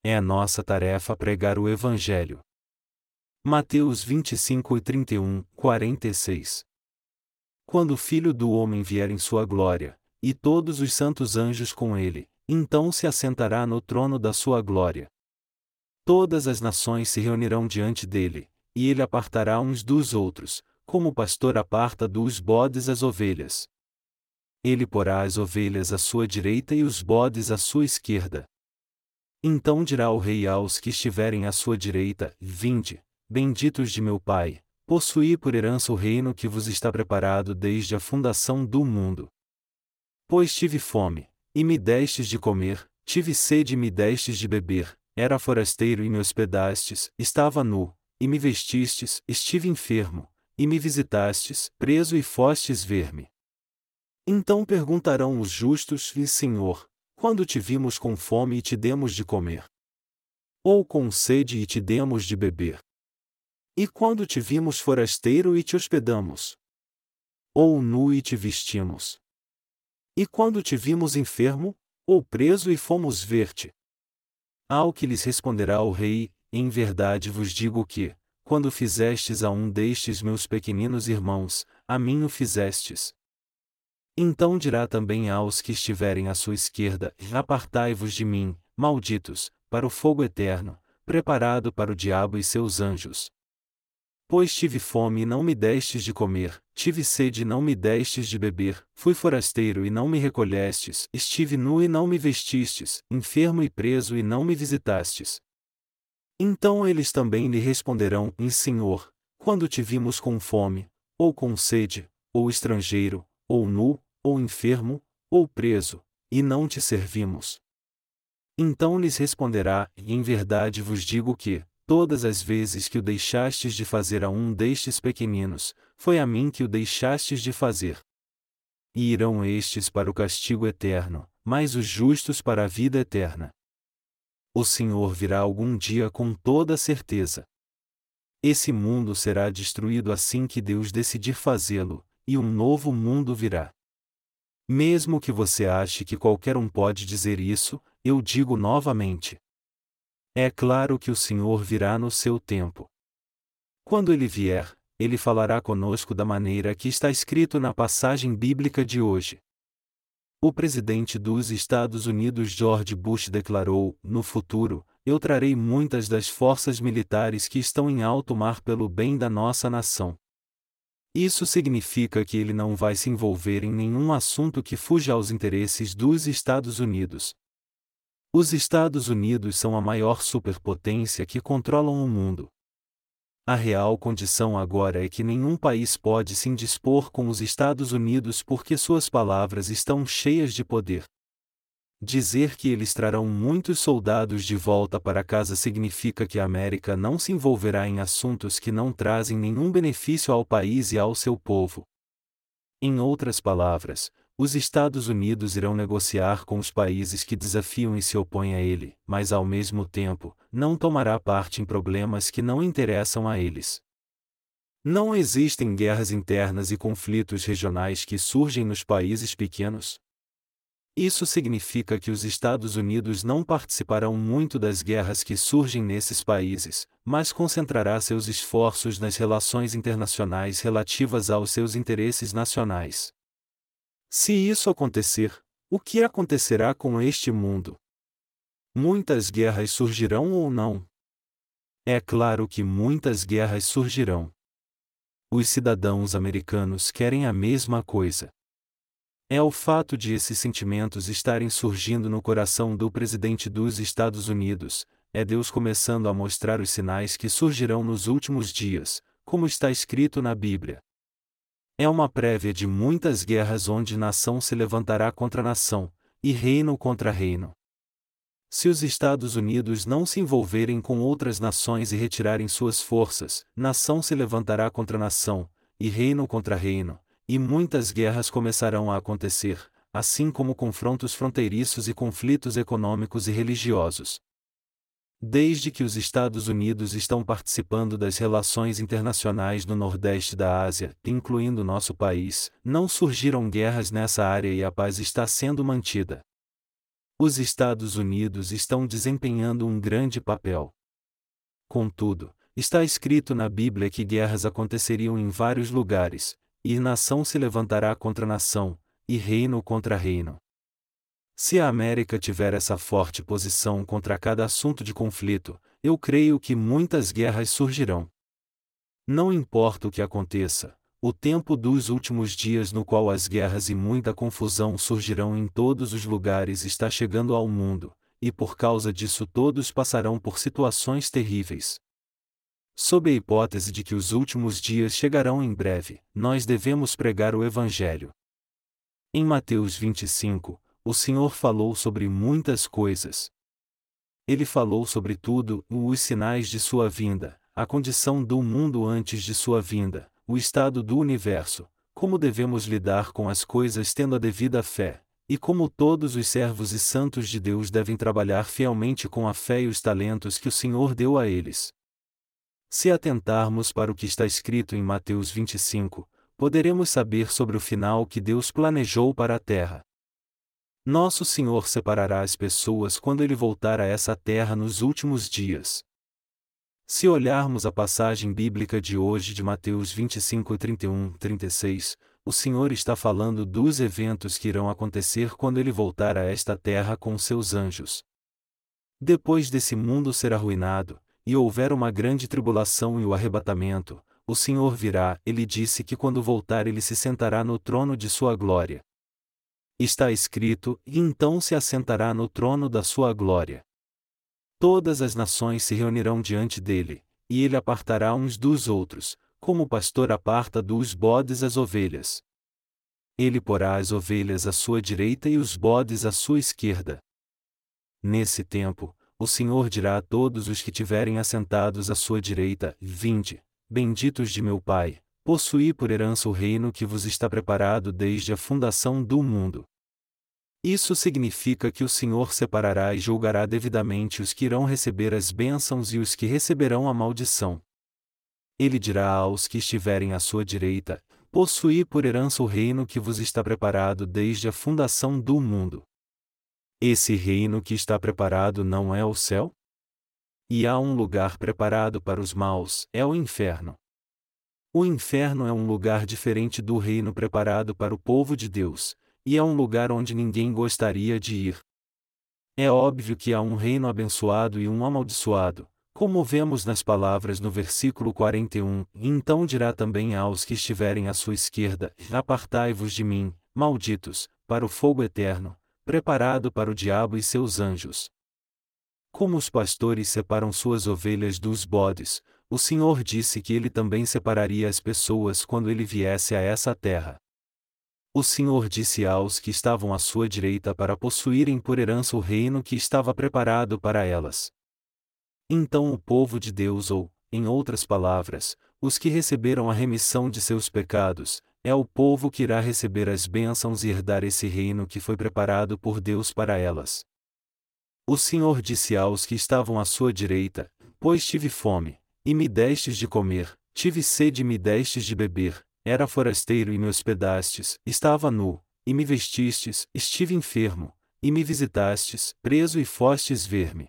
É a nossa tarefa pregar o Evangelho. Mateus 25:31, 46. Quando o Filho do Homem vier em sua glória, e todos os santos anjos com ele, então se assentará no trono da sua glória. Todas as nações se reunirão diante dele, e ele apartará uns dos outros, como o pastor aparta dos bodes as ovelhas. Ele porá as ovelhas à sua direita e os bodes à sua esquerda. Então dirá o rei aos que estiverem à sua direita: Vinde, benditos de meu Pai, possuí por herança o reino que vos está preparado desde a fundação do mundo. Pois tive fome, e me destes de comer, tive sede e me destes de beber, era forasteiro e me hospedastes, estava nu, e me vestistes, estive enfermo, e me visitastes, preso e fostes ver-me. Então perguntarão os justos: E Senhor, quando te vimos com fome e te demos de comer? Ou com sede e te demos de beber? E quando te vimos forasteiro e te hospedamos? Ou nu e te vestimos? E quando te vimos enfermo, ou preso e fomos ver-te? Ao que lhes responderá o rei: Em verdade vos digo que, quando fizestes a um destes meus pequeninos irmãos, a mim o fizestes. Então dirá também aos que estiverem à sua esquerda: Apartai-vos de mim, malditos, para o fogo eterno, preparado para o diabo e seus anjos. Pois tive fome e não me destes de comer, tive sede e não me destes de beber, fui forasteiro e não me recolhestes, estive nu e não me vestistes, enfermo e preso e não me visitastes. Então eles também lhe responderão: E Senhor, quando te vimos com fome, ou com sede, ou estrangeiro, ou nu, ou enfermo, ou preso, e não te servimos? Então lhes responderá: Em verdade vos digo que, todas as vezes que o deixastes de fazer a um destes pequeninos, foi a mim que o deixastes de fazer. E irão estes para o castigo eterno, mas os justos para a vida eterna. O Senhor virá algum dia com toda certeza. Esse mundo será destruído assim que Deus decidir fazê-lo, e um novo mundo virá. Mesmo que você ache que qualquer um pode dizer isso, eu digo novamente. É claro que o Senhor virá no seu tempo. Quando ele vier, ele falará conosco da maneira que está escrito na passagem bíblica de hoje. O presidente dos Estados Unidos George Bush declarou: No futuro, eu trarei muitas das forças militares que estão em alto mar pelo bem da nossa nação. Isso significa que ele não vai se envolver em nenhum assunto que fuja aos interesses dos Estados Unidos. Os Estados Unidos são a maior superpotência que controlam o mundo. A real condição agora é que nenhum país pode se indispor com os Estados Unidos porque suas palavras estão cheias de poder. Dizer que eles trarão muitos soldados de volta para casa significa que a América não se envolverá em assuntos que não trazem nenhum benefício ao país e ao seu povo. Em outras palavras, os Estados Unidos irão negociar com os países que desafiam e se opõem a ele, mas ao mesmo tempo, não tomará parte em problemas que não interessam a eles. Não existem guerras internas e conflitos regionais que surgem nos países pequenos. Isso significa que os Estados Unidos não participarão muito das guerras que surgem nesses países, mas concentrará seus esforços nas relações internacionais relativas aos seus interesses nacionais. Se isso acontecer, o que acontecerá com este mundo? Muitas guerras surgirão ou não? É claro que muitas guerras surgirão. Os cidadãos americanos querem a mesma coisa. É o fato de esses sentimentos estarem surgindo no coração do presidente dos Estados Unidos, é Deus começando a mostrar os sinais que surgirão nos últimos dias, como está escrito na Bíblia. É uma prévia de muitas guerras onde nação se levantará contra nação, e reino contra reino. Se os Estados Unidos não se envolverem com outras nações e retirarem suas forças, nação se levantará contra nação, e reino contra reino, e muitas guerras começarão a acontecer, assim como confrontos fronteiriços e conflitos econômicos e religiosos. Desde que os Estados Unidos estão participando das relações internacionais no Nordeste da Ásia, incluindo nosso país, não surgiram guerras nessa área e a paz está sendo mantida. Os Estados Unidos estão desempenhando um grande papel. Contudo, está escrito na Bíblia que guerras aconteceriam em vários lugares, e nação se levantará contra nação, e reino contra reino. Se a América tiver essa forte posição contra cada assunto de conflito, eu creio que muitas guerras surgirão. Não importa o que aconteça, o tempo dos últimos dias no qual as guerras e muita confusão surgirão em todos os lugares está chegando ao mundo, e por causa disso todos passarão por situações terríveis. Sob a hipótese de que os últimos dias chegarão em breve, nós devemos pregar o Evangelho. Em Mateus 25, o Senhor falou sobre muitas coisas. Ele falou sobre tudo, os sinais de sua vinda, a condição do mundo antes de sua vinda, o estado do universo, como devemos lidar com as coisas tendo a devida fé, e como todos os servos e santos de Deus devem trabalhar fielmente com a fé e os talentos que o Senhor deu a eles. Se atentarmos para o que está escrito em Mateus 25, poderemos saber sobre o final que Deus planejou para a terra. Nosso Senhor separará as pessoas quando Ele voltar a essa terra nos últimos dias. Se olharmos a passagem bíblica de hoje de Mateus 25, 31, 36, o Senhor está falando dos eventos que irão acontecer quando Ele voltar a esta terra com seus anjos. Depois desse mundo ser arruinado, e houver uma grande tribulação e o arrebatamento, o Senhor virá. Ele disse que quando voltar Ele se sentará no trono de sua glória. Está escrito, e então se assentará no trono da sua glória. Todas as nações se reunirão diante dele, e ele apartará uns dos outros, como o pastor aparta dos bodes as ovelhas. Ele porá as ovelhas à sua direita e os bodes à sua esquerda. Nesse tempo, o Senhor dirá a todos os que tiverem assentados à sua direita: Vinde, benditos de meu Pai, possuí por herança o reino que vos está preparado desde a fundação do mundo. Isso significa que o Senhor separará e julgará devidamente os que irão receber as bênçãos e os que receberão a maldição. Ele dirá aos que estiverem à sua direita: Possuí por herança o reino que vos está preparado desde a fundação do mundo. Esse reino que está preparado não é o céu? E há um lugar preparado para os maus, é o inferno. O inferno é um lugar diferente do reino preparado para o povo de Deus, e é um lugar onde ninguém gostaria de ir. É óbvio que há um reino abençoado e um amaldiçoado, como vemos nas palavras no versículo 41, então dirá também aos que estiverem à sua esquerda: Apartai-vos de mim, malditos, para o fogo eterno, preparado para o diabo e seus anjos. Como os pastores separam suas ovelhas dos bodes, o Senhor disse que ele também separaria as pessoas quando ele viesse a essa terra. O Senhor disse aos que estavam à sua direita para possuírem por herança o reino que estava preparado para elas. Então o povo de Deus, ou, em outras palavras, os que receberam a remissão de seus pecados, é o povo que irá receber as bênçãos e herdar esse reino que foi preparado por Deus para elas. O Senhor disse aos que estavam à sua direita: Pois tive fome, e me destes de comer, tive sede e me destes de beber, era forasteiro e me hospedastes, estava nu, e me vestistes, estive enfermo, e me visitastes, preso e fostes ver-me.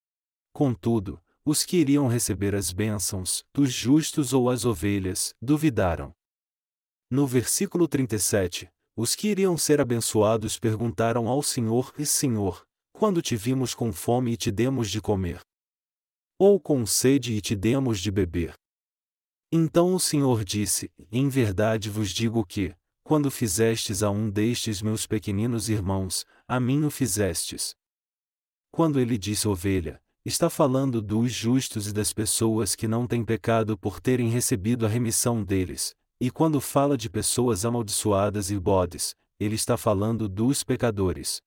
Contudo, os que iriam receber as bênçãos, dos justos ou as ovelhas, duvidaram. No versículo 37, os que iriam ser abençoados perguntaram ao Senhor: Senhor, quando te vimos com fome e te demos de comer? Ou com sede e te demos de beber? Então o Senhor disse: Em verdade vos digo que, quando fizestes a um destes meus pequeninos irmãos, a mim o fizestes. Quando ele disse ovelha, está falando dos justos e das pessoas que não têm pecado por terem recebido a remissão deles. E quando fala de pessoas amaldiçoadas e bodes, ele está falando dos pecadores.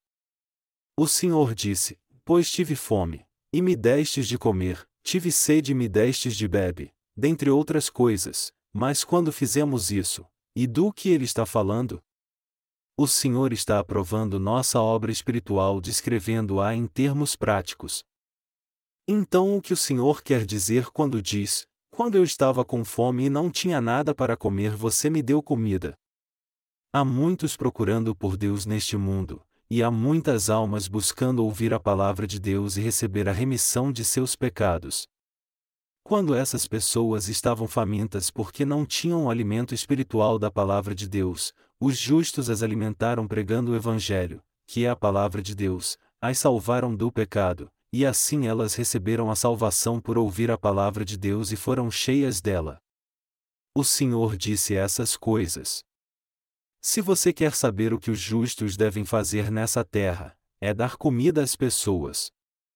O Senhor disse: Pois tive fome, e me destes de comer, tive sede e me destes de beber, dentre outras coisas, mas quando fizemos isso, e do que ele está falando? O Senhor está aprovando nossa obra espiritual descrevendo-a em termos práticos. Então o que o Senhor quer dizer quando diz: Quando eu estava com fome e não tinha nada para comer, você me deu comida? Há muitos procurando por Deus neste mundo, e há muitas almas buscando ouvir a palavra de Deus e receber a remissão de seus pecados. Quando essas pessoas estavam famintas porque não tinham o alimento espiritual da palavra de Deus, os justos as alimentaram pregando o Evangelho, que é a palavra de Deus, as salvaram do pecado, e assim elas receberam a salvação por ouvir a palavra de Deus e foram cheias dela. O Senhor disse essas coisas. Se você quer saber o que os justos devem fazer nessa terra, é dar comida às pessoas.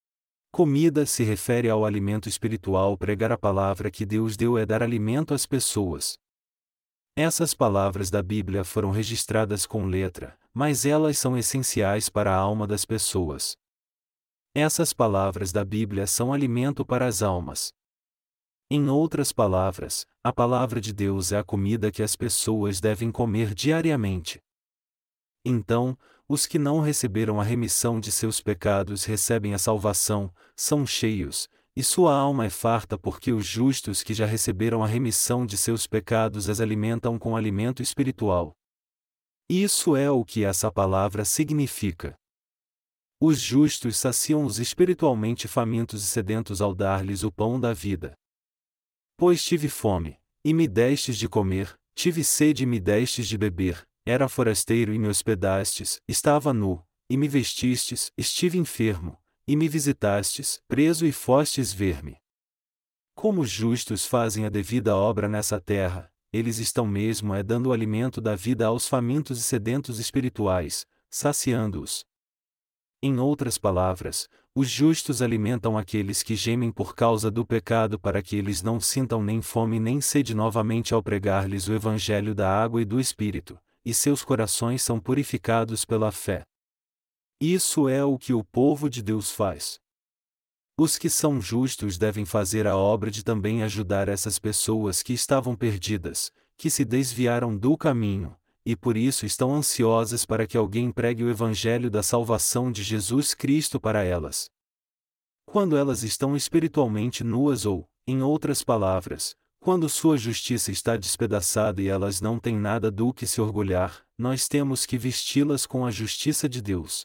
Comida se refere ao alimento espiritual. Pregar a palavra que Deus deu é dar alimento às pessoas. Essas palavras da Bíblia foram registradas com letra, mas elas são essenciais para a alma das pessoas. Essas palavras da Bíblia são alimento para as almas. Em outras palavras, a palavra de Deus é a comida que as pessoas devem comer diariamente. Então, os que não receberam a remissão de seus pecados recebem a salvação, são cheios, e sua alma é farta porque os justos que já receberam a remissão de seus pecados as alimentam com alimento espiritual. Isso é o que essa palavra significa. Os justos saciam os espiritualmente famintos e sedentos ao dar-lhes o pão da vida. Pois tive fome, e me destes de comer, tive sede e me destes de beber, era forasteiro e me hospedastes, estava nu, e me vestistes, estive enfermo, e me visitastes, preso e fostes ver-me. Como os justos fazem a devida obra nessa terra, eles estão mesmo dando o alimento da vida aos famintos e sedentos espirituais, saciando-os. Em outras palavras, os justos alimentam aqueles que gemem por causa do pecado para que eles não sintam nem fome nem sede novamente ao pregar-lhes o Evangelho da água e do Espírito, e seus corações são purificados pela fé. Isso é o que o povo de Deus faz. Os que são justos devem fazer a obra de também ajudar essas pessoas que estavam perdidas, que se desviaram do caminho, e por isso estão ansiosas para que alguém pregue o Evangelho da salvação de Jesus Cristo para elas. Quando elas estão espiritualmente nuas ou, em outras palavras, quando sua justiça está despedaçada e elas não têm nada do que se orgulhar, nós temos que vesti-las com a justiça de Deus.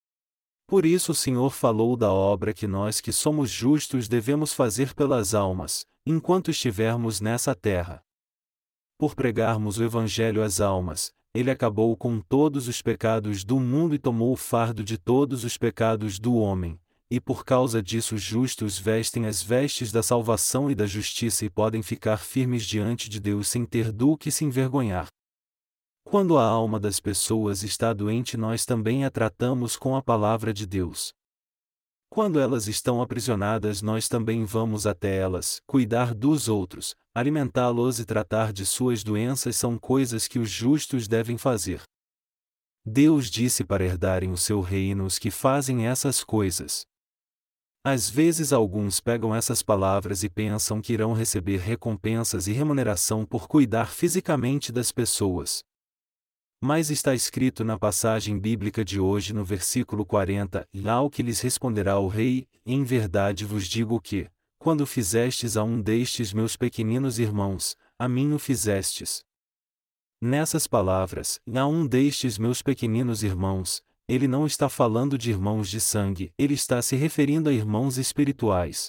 Por isso o Senhor falou da obra que nós que somos justos devemos fazer pelas almas, enquanto estivermos nessa terra. Por pregarmos o Evangelho às almas, Ele acabou com todos os pecados do mundo e tomou o fardo de todos os pecados do homem, e por causa disso os justos vestem as vestes da salvação e da justiça e podem ficar firmes diante de Deus sem ter do que se envergonhar. Quando a alma das pessoas está doente, nós também a tratamos com a palavra de Deus. Quando elas estão aprisionadas, nós também vamos até elas, cuidar dos outros, alimentá-los e tratar de suas doenças são coisas que os justos devem fazer. Deus disse para herdarem o seu reino os que fazem essas coisas. Às vezes alguns pegam essas palavras e pensam que irão receber recompensas e remuneração por cuidar fisicamente das pessoas. Mas está escrito na passagem bíblica de hoje no versículo 40, ao que lhes responderá o rei, em verdade vos digo que, quando fizestes a um destes meus pequeninos irmãos, a mim o fizestes. Nessas palavras, a um destes meus pequeninos irmãos, ele não está falando de irmãos de sangue, ele está se referindo a irmãos espirituais.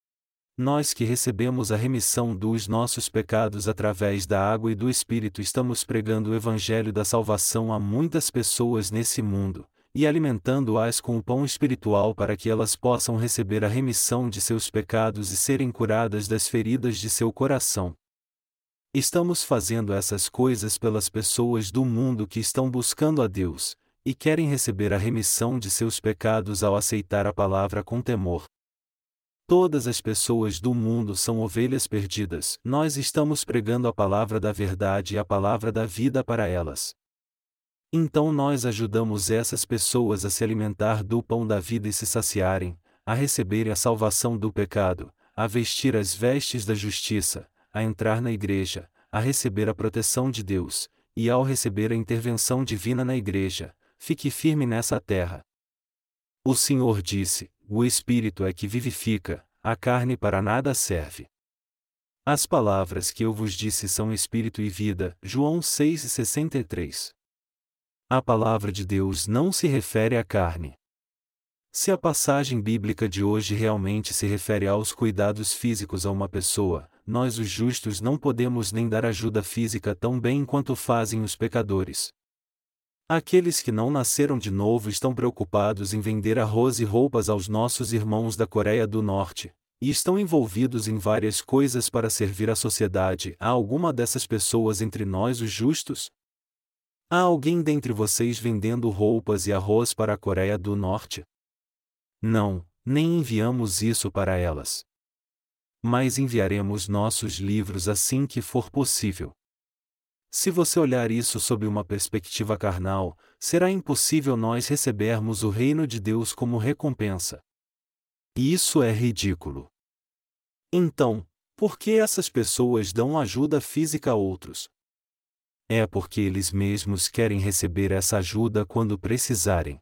Nós que recebemos a remissão dos nossos pecados através da água e do Espírito estamos pregando o Evangelho da salvação a muitas pessoas nesse mundo, e alimentando-as com o pão espiritual para que elas possam receber a remissão de seus pecados e serem curadas das feridas de seu coração. Estamos fazendo essas coisas pelas pessoas do mundo que estão buscando a Deus, e querem receber a remissão de seus pecados ao aceitar a palavra com temor. Todas as pessoas do mundo são ovelhas perdidas. Nós estamos pregando a palavra da verdade e a palavra da vida para elas. Então nós ajudamos essas pessoas a se alimentar do pão da vida e se saciarem, a receberem a salvação do pecado, a vestir as vestes da justiça, a entrar na igreja, a receber a proteção de Deus, e ao receber a intervenção divina na igreja, fique firme nessa terra. O Senhor disse: o Espírito é que vivifica, a carne para nada serve. As palavras que eu vos disse são Espírito e vida. João 6:63. A palavra de Deus não se refere à carne. Se a passagem bíblica de hoje realmente se refere aos cuidados físicos a uma pessoa, nós os justos não podemos nem dar ajuda física tão bem quanto fazem os pecadores. Aqueles que não nasceram de novo estão preocupados em vender arroz e roupas aos nossos irmãos da Coreia do Norte, e estão envolvidos em várias coisas para servir a sociedade. Há alguma dessas pessoas entre nós os justos? Há alguém dentre vocês vendendo roupas e arroz para a Coreia do Norte? Não, nem enviamos isso para elas. Mas enviaremos nossos livros assim que for possível. Se você olhar isso sob uma perspectiva carnal, será impossível nós recebermos o reino de Deus como recompensa. E isso é ridículo. Então, por que essas pessoas dão ajuda física a outros? É porque eles mesmos querem receber essa ajuda quando precisarem.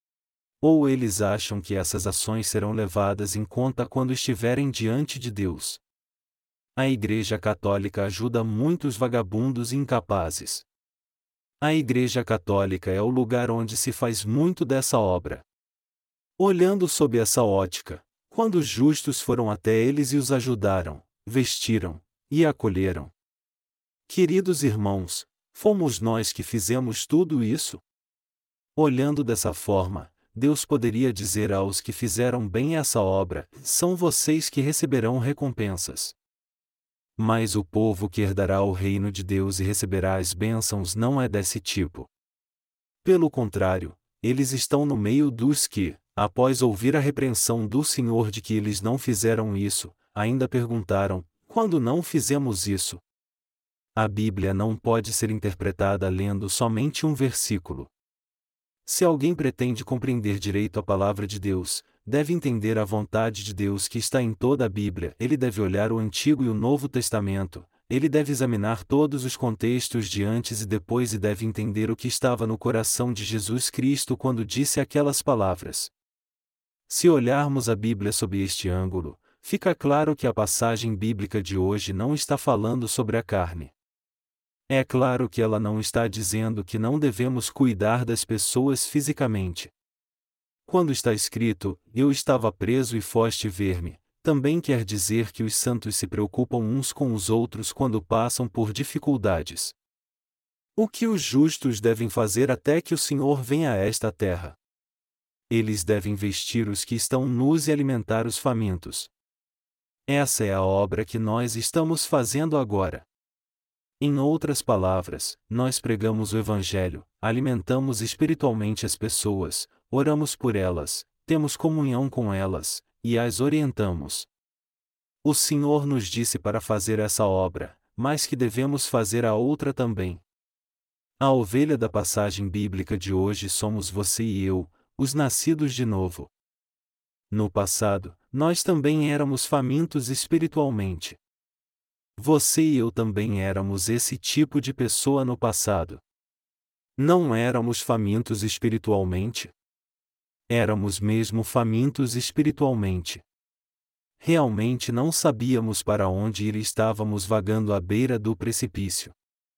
Ou eles acham que essas ações serão levadas em conta quando estiverem diante de Deus. A Igreja Católica ajuda muitos vagabundos e incapazes. A Igreja Católica é o lugar onde se faz muito dessa obra. Olhando sob essa ótica, quando os justos foram até eles e os ajudaram, vestiram e acolheram. Queridos irmãos, fomos nós que fizemos tudo isso? Olhando dessa forma, Deus poderia dizer aos que fizeram bem essa obra: são vocês que receberão recompensas. Mas o povo que herdará o reino de Deus e receberá as bênçãos não é desse tipo. Pelo contrário, eles estão no meio dos que, após ouvir a repreensão do Senhor de que eles não fizeram isso, ainda perguntaram: quando não fizemos isso? A Bíblia não pode ser interpretada lendo somente um versículo. Se alguém pretende compreender direito a palavra de Deus, deve entender a vontade de Deus que está em toda a Bíblia. Ele deve olhar o Antigo e o Novo Testamento, ele deve examinar todos os contextos de antes e depois e deve entender o que estava no coração de Jesus Cristo quando disse aquelas palavras. Se olharmos a Bíblia sob este ângulo, fica claro que a passagem bíblica de hoje não está falando sobre a carne. É claro que ela não está dizendo que não devemos cuidar das pessoas fisicamente. Quando está escrito, eu estava preso e foste ver-me, também quer dizer que os santos se preocupam uns com os outros quando passam por dificuldades. O que os justos devem fazer até que o Senhor venha a esta terra? Eles devem vestir os que estão nus e alimentar os famintos. Essa é a obra que nós estamos fazendo agora. Em outras palavras, nós pregamos o Evangelho, alimentamos espiritualmente as pessoas, oramos por elas, temos comunhão com elas, e as orientamos. O Senhor nos disse para fazer essa obra, mas que devemos fazer a outra também. A ovelha da passagem bíblica de hoje somos você e eu, os nascidos de novo. No passado, nós também éramos famintos espiritualmente. Você e eu também éramos esse tipo de pessoa no passado. Não éramos famintos espiritualmente? Éramos mesmo famintos espiritualmente. Realmente não sabíamos para onde ir e estávamos vagando à beira do precipício.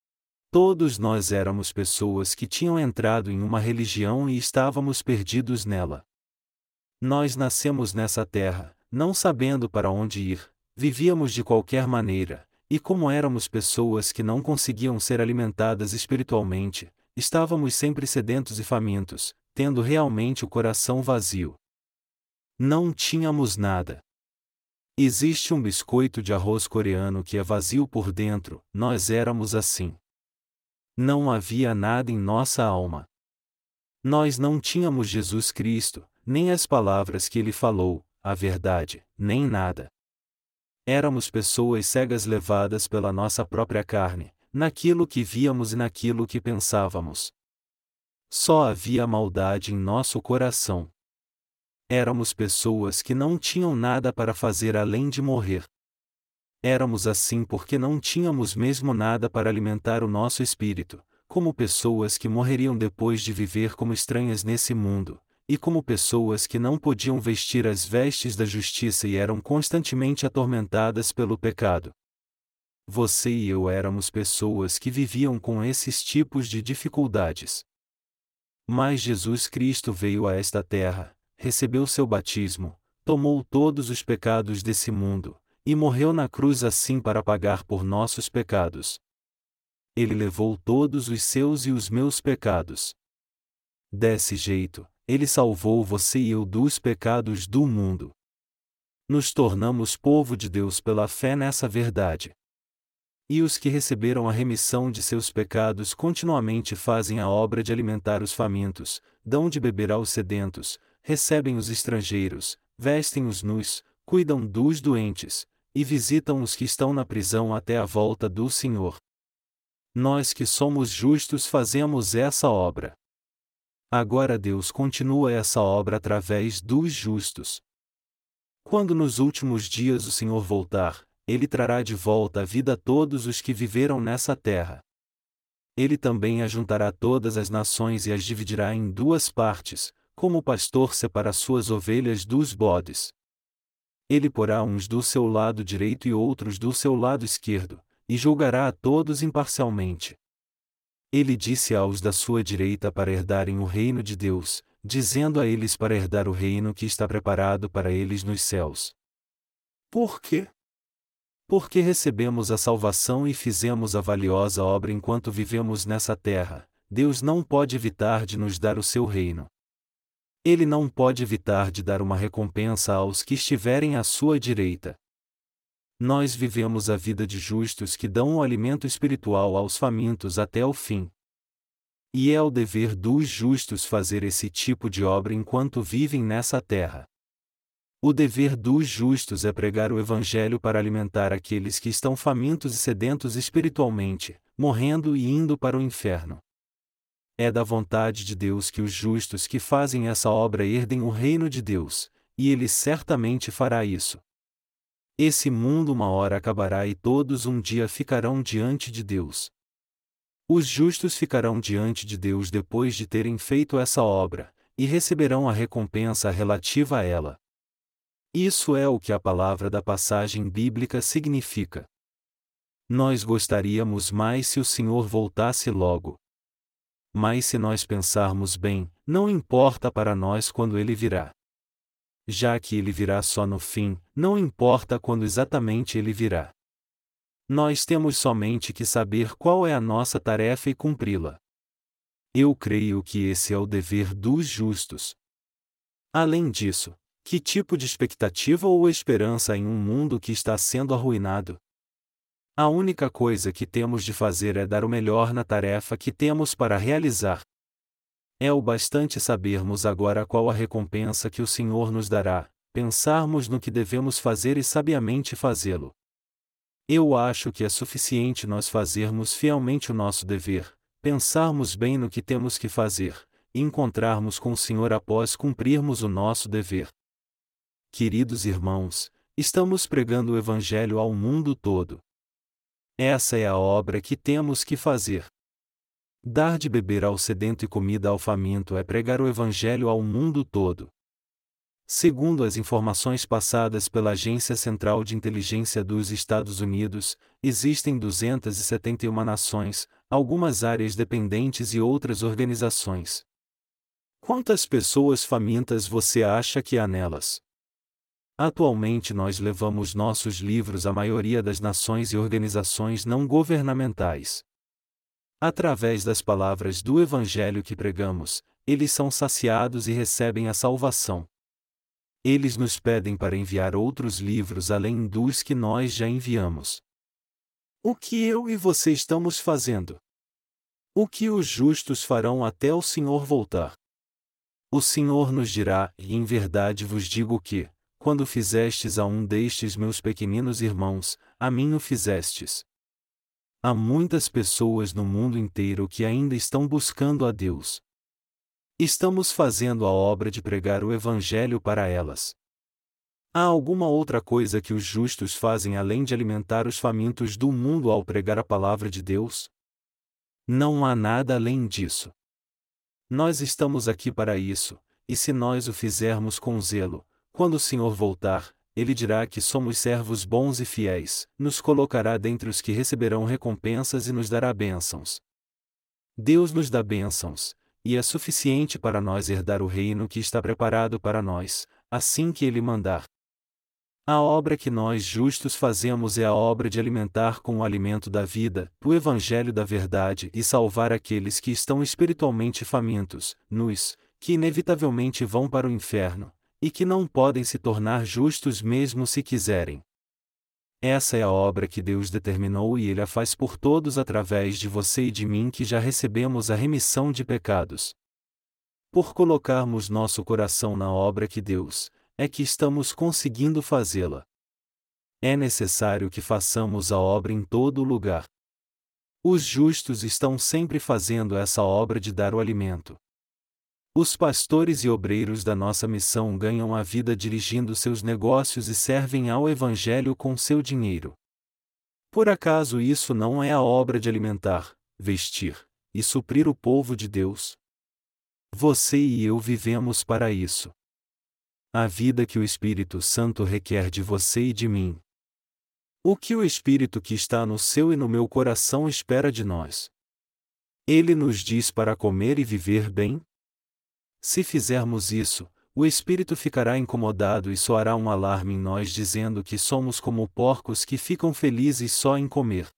Todos nós éramos pessoas que tinham entrado em uma religião e estávamos perdidos nela. Nós nascemos nessa terra, não sabendo para onde ir, vivíamos de qualquer maneira. E como éramos pessoas que não conseguiam ser alimentadas espiritualmente, estávamos sempre sedentos e famintos, tendo realmente o coração vazio. Não tínhamos nada. Existe um biscoito de arroz coreano que é vazio por dentro, nós éramos assim. Não havia nada em nossa alma. Nós não tínhamos Jesus Cristo, nem as palavras que ele falou, a verdade, nem nada. Éramos pessoas cegas levadas pela nossa própria carne, naquilo que víamos e naquilo que pensávamos. Só havia maldade em nosso coração. Éramos pessoas que não tinham nada para fazer além de morrer. Éramos assim porque não tínhamos mesmo nada para alimentar o nosso espírito, como pessoas que morreriam depois de viver como estranhas nesse mundo, e como pessoas que não podiam vestir as vestes da justiça e eram constantemente atormentadas pelo pecado. Você e eu éramos pessoas que viviam com esses tipos de dificuldades. Mas Jesus Cristo veio a esta terra, recebeu seu batismo, tomou todos os pecados desse mundo, e morreu na cruz assim para pagar por nossos pecados. Ele levou todos os seus e os meus pecados. Desse jeito, ele salvou você e eu dos pecados do mundo. Nos tornamos povo de Deus pela fé nessa verdade. E os que receberam a remissão de seus pecados continuamente fazem a obra de alimentar os famintos, dão de beber aos sedentos, recebem os estrangeiros, vestem os nus, cuidam dos doentes, e visitam os que estão na prisão até a volta do Senhor. Nós que somos justos fazemos essa obra. Agora Deus continua essa obra através dos justos. Quando nos últimos dias o Senhor voltar, Ele trará de volta à vida todos os que viveram nessa terra. Ele também ajuntará todas as nações e as dividirá em duas partes, como o pastor separa suas ovelhas dos bodes. Ele porá uns do seu lado direito e outros do seu lado esquerdo, e julgará a todos imparcialmente. Ele disse aos da sua direita para herdarem o reino de Deus, dizendo a eles para herdar o reino que está preparado para eles nos céus. Por quê? Porque recebemos a salvação e fizemos a valiosa obra enquanto vivemos nessa terra, Deus não pode evitar de nos dar o seu reino. Ele não pode evitar de dar uma recompensa aos que estiverem à sua direita. Nós vivemos a vida de justos que dão o alimento espiritual aos famintos até o fim. E é o dever dos justos fazer esse tipo de obra enquanto vivem nessa terra. O dever dos justos é pregar o Evangelho para alimentar aqueles que estão famintos e sedentos espiritualmente, morrendo e indo para o inferno. É da vontade de Deus que os justos que fazem essa obra herdem o reino de Deus, e Ele certamente fará isso. Esse mundo uma hora acabará e todos um dia ficarão diante de Deus. Os justos ficarão diante de Deus depois de terem feito essa obra, e receberão a recompensa relativa a ela. Isso é o que a palavra da passagem bíblica significa. Nós gostaríamos mais se o Senhor voltasse logo. Mas se nós pensarmos bem, não importa para nós quando Ele virá. Já que Ele virá só no fim, não importa quando exatamente Ele virá. Nós temos somente que saber qual é a nossa tarefa e cumpri-la. Eu creio que esse é o dever dos justos. Além disso, que tipo de expectativa ou esperança em um mundo que está sendo arruinado? A única coisa que temos de fazer é dar o melhor na tarefa que temos para realizar. É o bastante sabermos agora qual a recompensa que o Senhor nos dará, pensarmos no que devemos fazer e sabiamente fazê-lo. Eu acho que é suficiente nós fazermos fielmente o nosso dever, pensarmos bem no que temos que fazer, e encontrarmos com o Senhor após cumprirmos o nosso dever. Queridos irmãos, estamos pregando o Evangelho ao mundo todo. Essa é a obra que temos que fazer. Dar de beber ao sedento e comida ao faminto é pregar o Evangelho ao mundo todo. Segundo as informações passadas pela Agência Central de Inteligência dos Estados Unidos, existem 271 nações, algumas áreas dependentes e outras organizações. Quantas pessoas famintas você acha que há nelas? Atualmente nós levamos nossos livros à maioria das nações e organizações não governamentais. Através das palavras do Evangelho que pregamos, eles são saciados e recebem a salvação. Eles nos pedem para enviar outros livros além dos que nós já enviamos. O que eu e você estamos fazendo? O que os justos farão até o Senhor voltar? O Senhor nos dirá, e em verdade vos digo que, quando fizestes a um destes meus pequeninos irmãos, a mim o fizestes. Há muitas pessoas no mundo inteiro que ainda estão buscando a Deus. Estamos fazendo a obra de pregar o Evangelho para elas. Há alguma outra coisa que os justos fazem além de alimentar os famintos do mundo ao pregar a palavra de Deus? Não há nada além disso. Nós estamos aqui para isso, e se nós o fizermos com zelo, quando o Senhor voltar, Ele dirá que somos servos bons e fiéis, nos colocará dentre os que receberão recompensas e nos dará bênçãos. Deus nos dá bênçãos, e é suficiente para nós herdar o reino que está preparado para nós, assim que Ele mandar. A obra que nós justos fazemos é a obra de alimentar com o alimento da vida, o Evangelho da verdade e salvar aqueles que estão espiritualmente famintos, nus, que inevitavelmente vão para o inferno, e que não podem se tornar justos mesmo se quiserem. Essa é a obra que Deus determinou e Ele a faz por todos através de você e de mim que já recebemos a remissão de pecados. Por colocarmos nosso coração na obra que Deus é que estamos conseguindo fazê-la. É necessário que façamos a obra em todo lugar. Os justos estão sempre fazendo essa obra de dar o alimento. Os pastores e obreiros da nossa missão ganham a vida dirigindo seus negócios e servem ao Evangelho com seu dinheiro. Por acaso isso não é a obra de alimentar, vestir e suprir o povo de Deus? Você e eu vivemos para isso. A vida que o Espírito Santo requer de você e de mim. O que o Espírito que está no seu e no meu coração espera de nós? Ele nos diz para comer e viver bem? Se fizermos isso, o Espírito ficará incomodado e soará um alarme em nós dizendo que somos como porcos que ficam felizes só em comer.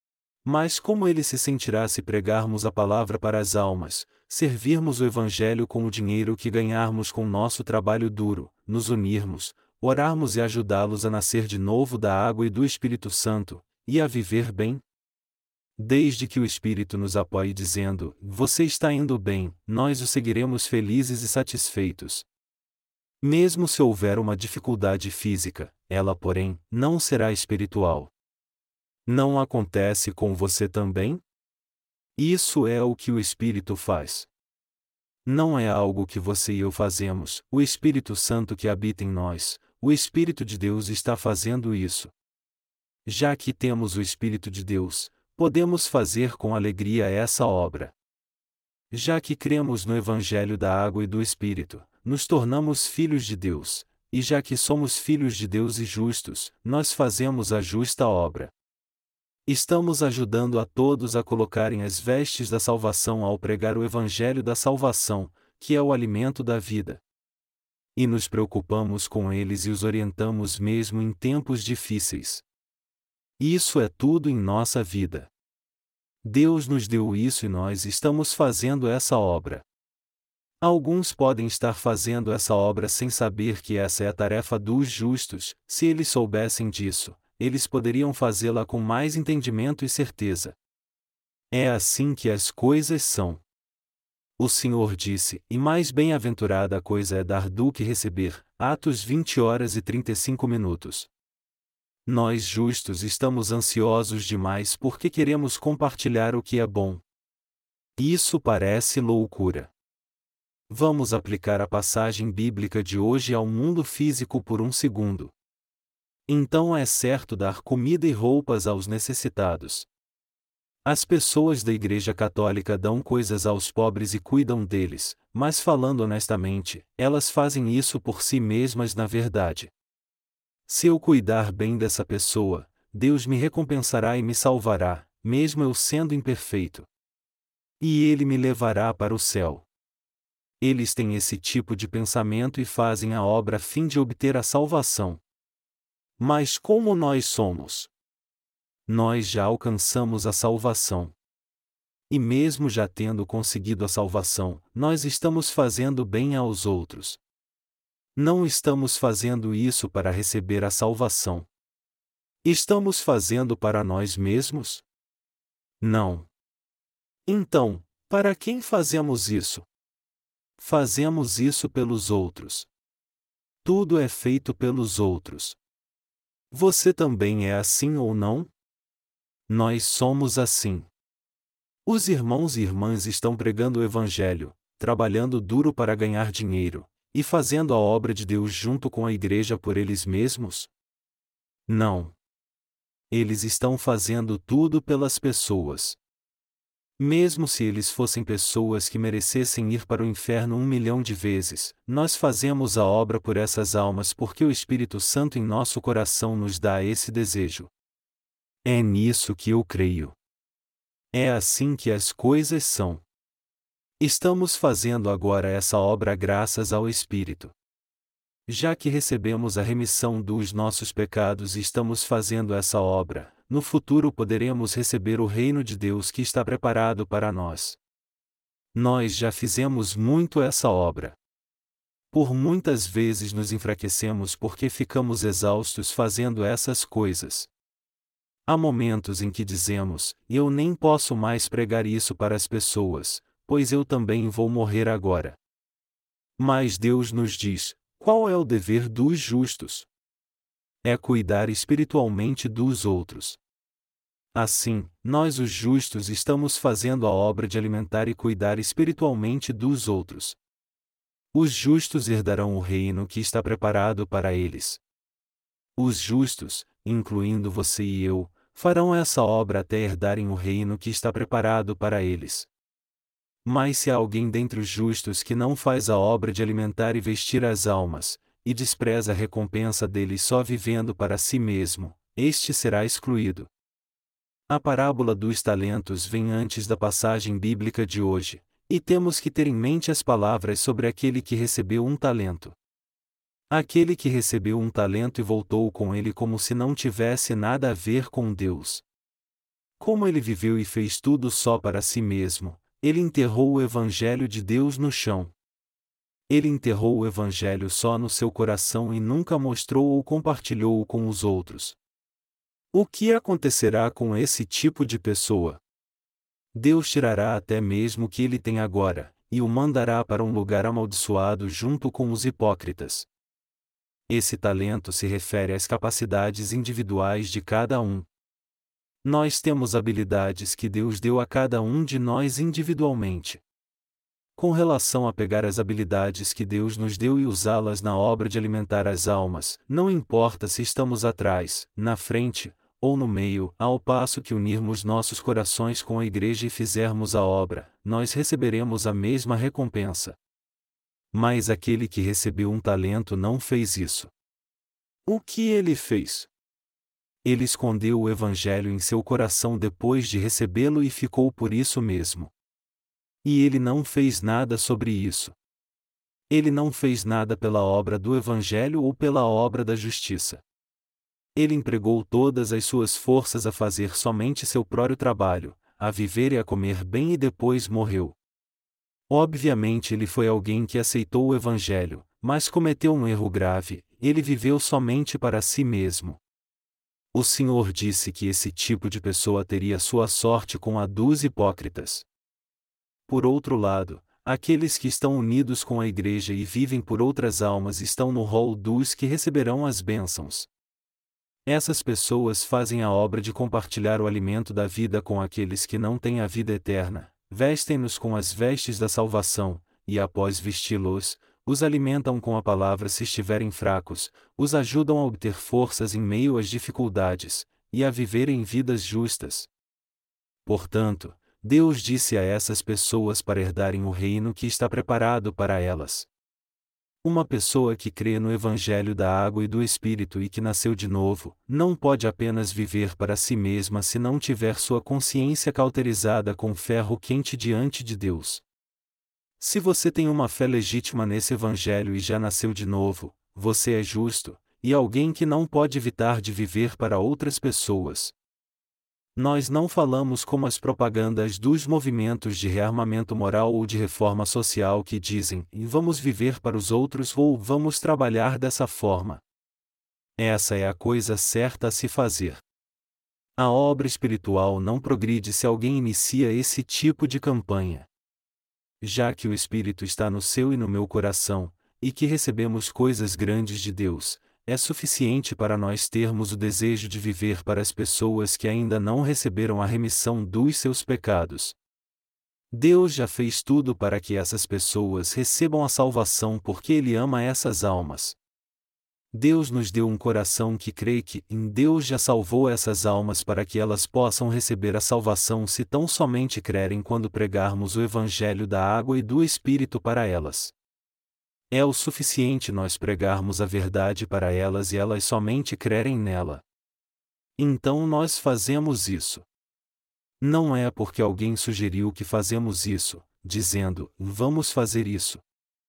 Mas como ele se sentirá se pregarmos a palavra para as almas, servirmos o Evangelho com o dinheiro que ganharmos com nosso trabalho duro, nos unirmos, orarmos e ajudá-los a nascer de novo da água e do Espírito Santo, e a viver bem? Desde que o Espírito nos apoie dizendo, você está indo bem, nós o seguiremos felizes e satisfeitos. Mesmo se houver uma dificuldade física, ela porém, não será espiritual. Não acontece com você também? Isso é o que o Espírito faz. Não é algo que você e eu fazemos, o Espírito Santo que habita em nós, o Espírito de Deus está fazendo isso. Já que temos o Espírito de Deus, podemos fazer com alegria essa obra. Já que cremos no Evangelho da água e do Espírito, nos tornamos filhos de Deus, e já que somos filhos de Deus e justos, nós fazemos a justa obra. Estamos ajudando a todos a colocarem as vestes da salvação ao pregar o Evangelho da salvação, que é o alimento da vida. E nos preocupamos com eles e os orientamos mesmo em tempos difíceis. Isso é tudo em nossa vida. Deus nos deu isso e nós estamos fazendo essa obra. Alguns podem estar fazendo essa obra sem saber que essa é a tarefa dos justos. Se eles soubessem disso, eles poderiam fazê-la com mais entendimento e certeza. É assim que as coisas são. O Senhor disse, e mais bem-aventurada coisa é dar do que receber. Atos 20h35. Nós justos estamos ansiosos demais porque queremos compartilhar o que é bom. Isso parece loucura. Vamos aplicar a passagem bíblica de hoje ao mundo físico por um segundo. Então é certo dar comida e roupas aos necessitados. As pessoas da Igreja Católica dão coisas aos pobres e cuidam deles, mas falando honestamente, elas fazem isso por si mesmas na verdade. Se eu cuidar bem dessa pessoa, Deus me recompensará e me salvará, mesmo eu sendo imperfeito. E Ele me levará para o céu. Eles têm esse tipo de pensamento e fazem a obra a fim de obter a salvação. Mas como nós somos? Nós já alcançamos a salvação. E mesmo já tendo conseguido a salvação, nós estamos fazendo bem aos outros. Não estamos fazendo isso para receber a salvação. Estamos fazendo para nós mesmos? Não. Então, para quem fazemos isso? Fazemos isso pelos outros. Tudo é feito pelos outros. Você também é assim ou não? Nós somos assim. Os irmãos e irmãs estão pregando o Evangelho, trabalhando duro para ganhar dinheiro, e fazendo a obra de Deus junto com a igreja por eles mesmos? Não. Eles estão fazendo tudo pelas pessoas. Mesmo se eles fossem pessoas que merecessem ir para o inferno 1 milhão de vezes, nós fazemos a obra por essas almas porque o Espírito Santo em nosso coração nos dá esse desejo. É nisso que eu creio. É assim que as coisas são. Estamos fazendo agora essa obra graças ao Espírito. Já que recebemos a remissão dos nossos pecados e estamos fazendo essa obra, no futuro poderemos receber o reino de Deus que está preparado para nós. Nós já fizemos muito essa obra. Por muitas vezes nos enfraquecemos porque ficamos exaustos fazendo essas coisas. Há momentos em que dizemos: eu nem posso mais pregar isso para as pessoas, pois eu também vou morrer agora. Mas Deus nos diz: qual é o dever dos justos? É cuidar espiritualmente dos outros. Assim, nós os justos estamos fazendo a obra de alimentar e cuidar espiritualmente dos outros. Os justos herdarão o reino que está preparado para eles. Os justos, incluindo você e eu, farão essa obra até herdarem o reino que está preparado para eles. Mas se há alguém dentre os justos que não faz a obra de alimentar e vestir as almas, e despreza a recompensa deles só vivendo para si mesmo, este será excluído. A parábola dos talentos vem antes da passagem bíblica de hoje, e temos que ter em mente as palavras sobre aquele que recebeu um talento. Aquele que recebeu um talento e voltou com ele como se não tivesse nada a ver com Deus. Como ele viveu e fez tudo só para si mesmo, ele enterrou o Evangelho de Deus no chão. Ele enterrou o Evangelho só no seu coração e nunca mostrou ou compartilhou-o com os outros. O que acontecerá com esse tipo de pessoa? Deus tirará até mesmo o que ele tem agora, e o mandará para um lugar amaldiçoado junto com os hipócritas. Esse talento se refere às capacidades individuais de cada um. Nós temos habilidades que Deus deu a cada um de nós individualmente. Com relação a pegar as habilidades que Deus nos deu e usá-las na obra de alimentar as almas, não importa se estamos atrás, na frente, ou no meio, ao passo que unirmos nossos corações com a igreja e fizermos a obra, nós receberemos a mesma recompensa. Mas aquele que recebeu um talento não fez isso. O que ele fez? Ele escondeu o Evangelho em seu coração depois de recebê-lo e ficou por isso mesmo. E ele não fez nada sobre isso. Ele não fez nada pela obra do Evangelho ou pela obra da justiça. Ele empregou todas as suas forças a fazer somente seu próprio trabalho, a viver e a comer bem e depois morreu. Obviamente ele foi alguém que aceitou o Evangelho, mas cometeu um erro grave: ele viveu somente para si mesmo. O Senhor disse que esse tipo de pessoa teria sua sorte com a dos hipócritas. Por outro lado, aqueles que estão unidos com a igreja e vivem por outras almas estão no rol dos que receberão as bênçãos. Essas pessoas fazem a obra de compartilhar o alimento da vida com aqueles que não têm a vida eterna, vestem-nos com as vestes da salvação, e após vesti-los, os alimentam com a palavra se estiverem fracos, os ajudam a obter forças em meio às dificuldades, e a viverem vidas justas. Portanto, Deus disse a essas pessoas para herdarem o reino que está preparado para elas. Uma pessoa que crê no Evangelho da água e do Espírito e que nasceu de novo, não pode apenas viver para si mesma se não tiver sua consciência cauterizada com ferro quente diante de Deus. Se você tem uma fé legítima nesse Evangelho e já nasceu de novo, você é justo, e alguém que não pode evitar de viver para outras pessoas. Nós não falamos como as propagandas dos movimentos de rearmamento moral ou de reforma social que dizem: vamos viver para os outros ou vamos trabalhar dessa forma. Essa é a coisa certa a se fazer. A obra espiritual não progride se alguém inicia esse tipo de campanha. Já que o Espírito está no seu e no meu coração, e que recebemos coisas grandes de Deus, é suficiente para nós termos o desejo de viver para as pessoas que ainda não receberam a remissão dos seus pecados. Deus já fez tudo para que essas pessoas recebam a salvação porque Ele ama essas almas. Deus nos deu um coração que crê que em Deus já salvou essas almas para que elas possam receber a salvação se tão somente crerem quando pregarmos o Evangelho da água e do Espírito para elas. É o suficiente nós pregarmos a verdade para elas e elas somente crerem nela. Então nós fazemos isso. Não é porque alguém sugeriu que fazemos isso, dizendo: vamos fazer isso.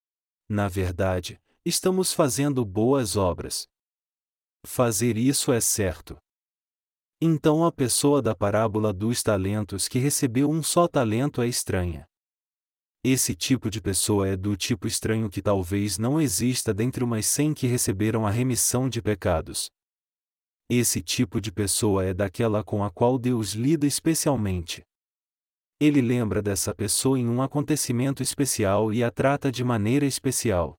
Na verdade, estamos fazendo boas obras. Fazer isso é certo. Então a pessoa da parábola dos talentos que recebeu um só talento é estranha. Esse tipo de pessoa é do tipo estranho que talvez não exista dentre umas 100 que receberam a remissão de pecados. Esse tipo de pessoa é daquela com a qual Deus lida especialmente. Ele lembra dessa pessoa em um acontecimento especial e a trata de maneira especial.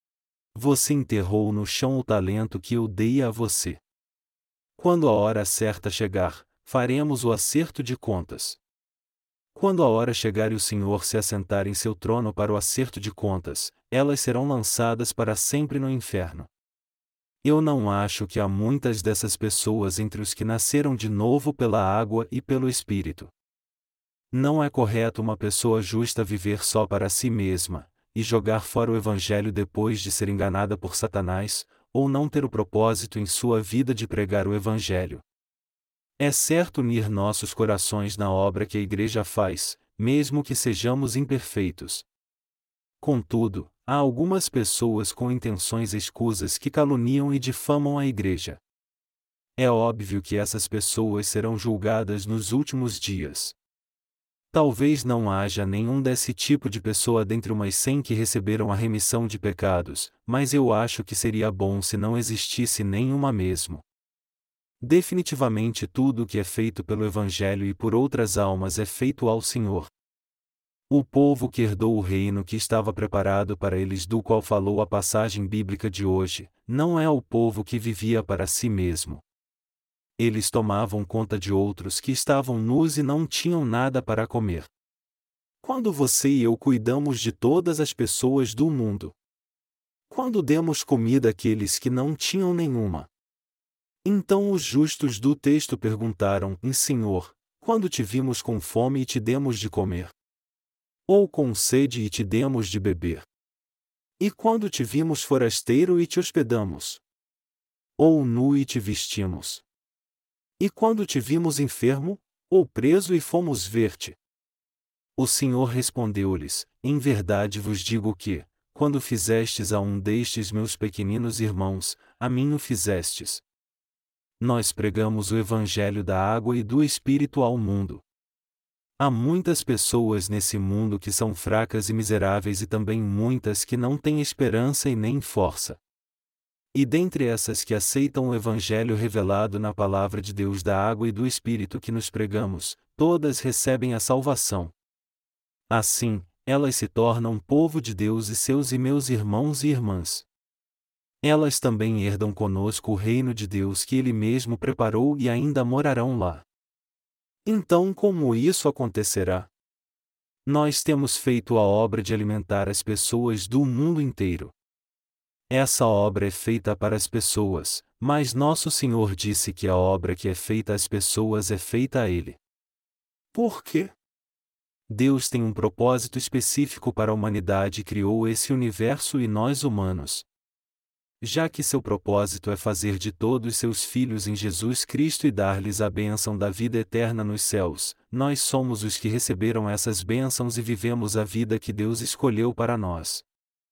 Você enterrou no chão o talento que eu dei a você. Quando a hora certa chegar, faremos o acerto de contas. Quando a hora chegar e o Senhor se assentar em seu trono para o acerto de contas, elas serão lançadas para sempre no inferno. Eu não acho que há muitas dessas pessoas entre os que nasceram de novo pela água e pelo Espírito. Não é correto uma pessoa justa viver só para si mesma, e jogar fora o Evangelho depois de ser enganada por Satanás, ou não ter o propósito em sua vida de pregar o Evangelho. É certo unir nossos corações na obra que a Igreja faz, mesmo que sejamos imperfeitos. Contudo, há algumas pessoas com intenções escusas que caluniam e difamam a Igreja. É óbvio que essas pessoas serão julgadas nos últimos dias. Talvez não haja nenhum desse tipo de pessoa dentre umas 100 que receberam a remissão de pecados, mas eu acho que seria bom se não existisse nenhuma mesmo. Definitivamente tudo o que é feito pelo Evangelho e por outras almas é feito ao Senhor. O povo que herdou o reino que estava preparado para eles, do qual falou a passagem bíblica de hoje, não é o povo que vivia para si mesmo. Eles tomavam conta de outros que estavam nus e não tinham nada para comer. Quando você e eu cuidamos de todas as pessoas do mundo? Quando demos comida àqueles que não tinham nenhuma? Então os justos do texto perguntaram: Senhor, quando te vimos com fome e te demos de comer? Ou com sede e te demos de beber? E quando te vimos forasteiro e te hospedamos? Ou nu e te vestimos? E quando te vimos enfermo, ou preso e fomos ver-te? O Senhor respondeu-lhes: Em verdade vos digo que, quando fizestes a um destes meus pequeninos irmãos, a mim o fizestes. Nós pregamos o Evangelho da água e do Espírito ao mundo. Há muitas pessoas nesse mundo que são fracas e miseráveis e também muitas que não têm esperança e nem força. E dentre essas que aceitam o Evangelho revelado na Palavra de Deus da água e do Espírito que nos pregamos, todas recebem a salvação. Assim, elas se tornam povo de Deus e seus e meus irmãos e irmãs. Elas também herdam conosco o reino de Deus que Ele mesmo preparou e ainda morarão lá. Então, como isso acontecerá? Nós temos feito a obra de alimentar as pessoas do mundo inteiro. Essa obra é feita para as pessoas, mas nosso Senhor disse que a obra que é feita às pessoas é feita a Ele. Por quê? Deus tem um propósito específico para a humanidade e criou esse universo e nós humanos. Já que seu propósito é fazer de todos seus filhos em Jesus Cristo e dar-lhes a bênção da vida eterna nos céus, nós somos os que receberam essas bênçãos e vivemos a vida que Deus escolheu para nós.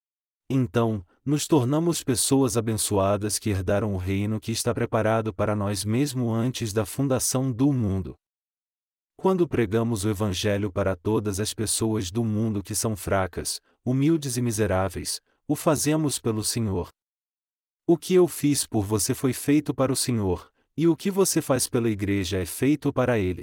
Então, nos tornamos pessoas abençoadas que herdaram o reino que está preparado para nós mesmo antes da fundação do mundo. Quando pregamos o Evangelho para todas as pessoas do mundo que são fracas, humildes e miseráveis, o fazemos pelo Senhor. O que eu fiz por você foi feito para o Senhor, e o que você faz pela Igreja é feito para Ele.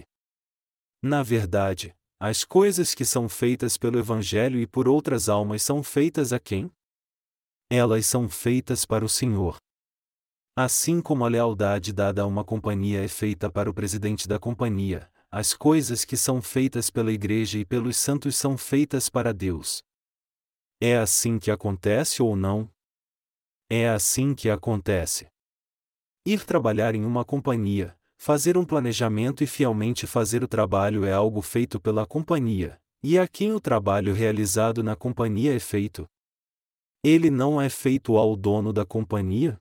Na verdade, as coisas que são feitas pelo Evangelho e por outras almas são feitas a quem? Elas são feitas para o Senhor. Assim como a lealdade dada a uma companhia é feita para o presidente da companhia, as coisas que são feitas pela Igreja e pelos santos são feitas para Deus. É assim que acontece ou não? É assim que acontece. Ir trabalhar em uma companhia, fazer um planejamento e fielmente fazer o trabalho é algo feito pela companhia, e a quem o trabalho realizado na companhia é feito? Ele não é feito ao dono da companhia?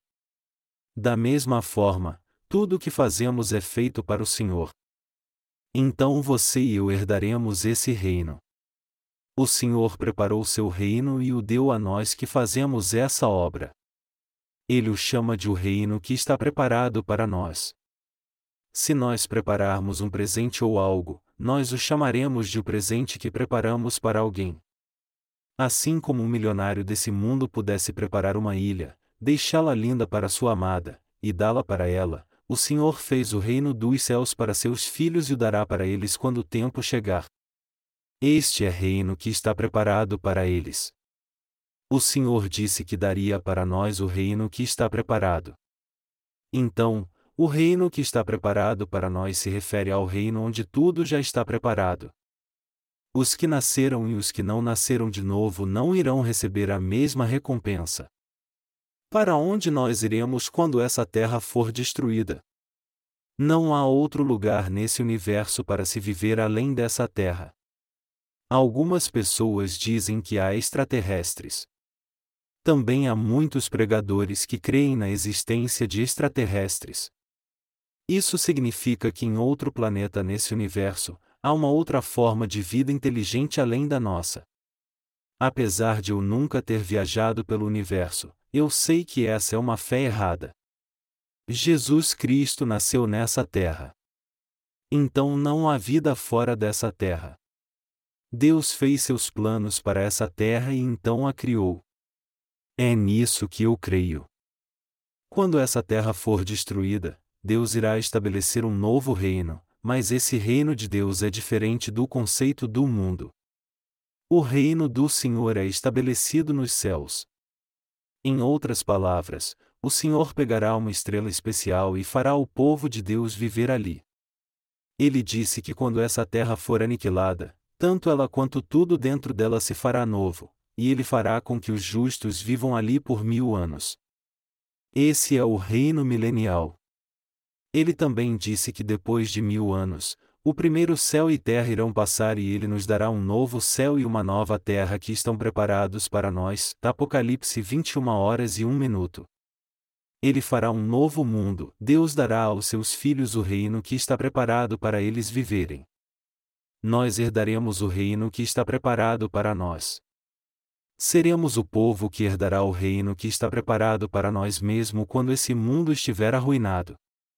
Da mesma forma, tudo o que fazemos é feito para o Senhor. Então você e eu herdaremos esse reino. O Senhor preparou seu reino e o deu a nós que fazemos essa obra. Ele o chama de o reino que está preparado para nós. Se nós prepararmos um presente ou algo, nós o chamaremos de o presente que preparamos para alguém. Assim como um milionário desse mundo pudesse preparar uma ilha, deixá-la linda para sua amada, e dá-la para ela, o Senhor fez o reino dos céus para seus filhos e o dará para eles quando o tempo chegar. Este é reino que está preparado para eles. O Senhor disse que daria para nós o reino que está preparado. Então, o reino que está preparado para nós se refere ao reino onde tudo já está preparado. Os que nasceram e os que não nasceram de novo não irão receber a mesma recompensa. Para onde nós iremos quando essa terra for destruída? Não há outro lugar nesse universo para se viver além dessa terra. Algumas pessoas dizem que há extraterrestres. Também há muitos pregadores que creem na existência de extraterrestres. Isso significa que em outro planeta nesse universo, há uma outra forma de vida inteligente além da nossa. Apesar de eu nunca ter viajado pelo universo, eu sei que essa é uma fé errada. Jesus Cristo nasceu nessa terra. Então não há vida fora dessa terra. Deus fez seus planos para essa terra e então a criou. É nisso que eu creio. Quando essa terra for destruída, Deus irá estabelecer um novo reino, mas esse reino de Deus é diferente do conceito do mundo. O reino do Senhor é estabelecido nos céus. Em outras palavras, o Senhor pegará uma estrela especial e fará o povo de Deus viver ali. Ele disse que quando essa terra for aniquilada, tanto ela quanto tudo dentro dela se fará novo, e ele fará com que os justos vivam ali por 1000 anos. Esse é o reino milenial. Ele também disse que depois de 1000 anos, o primeiro céu e terra irão passar e ele nos dará um novo céu e uma nova terra que estão preparados para nós. Apocalipse 21h01. Ele fará um novo mundo. Deus dará aos seus filhos o reino que está preparado para eles viverem. Nós herdaremos o reino que está preparado para nós. Seremos o povo que herdará o reino que está preparado para nós mesmo quando esse mundo estiver arruinado.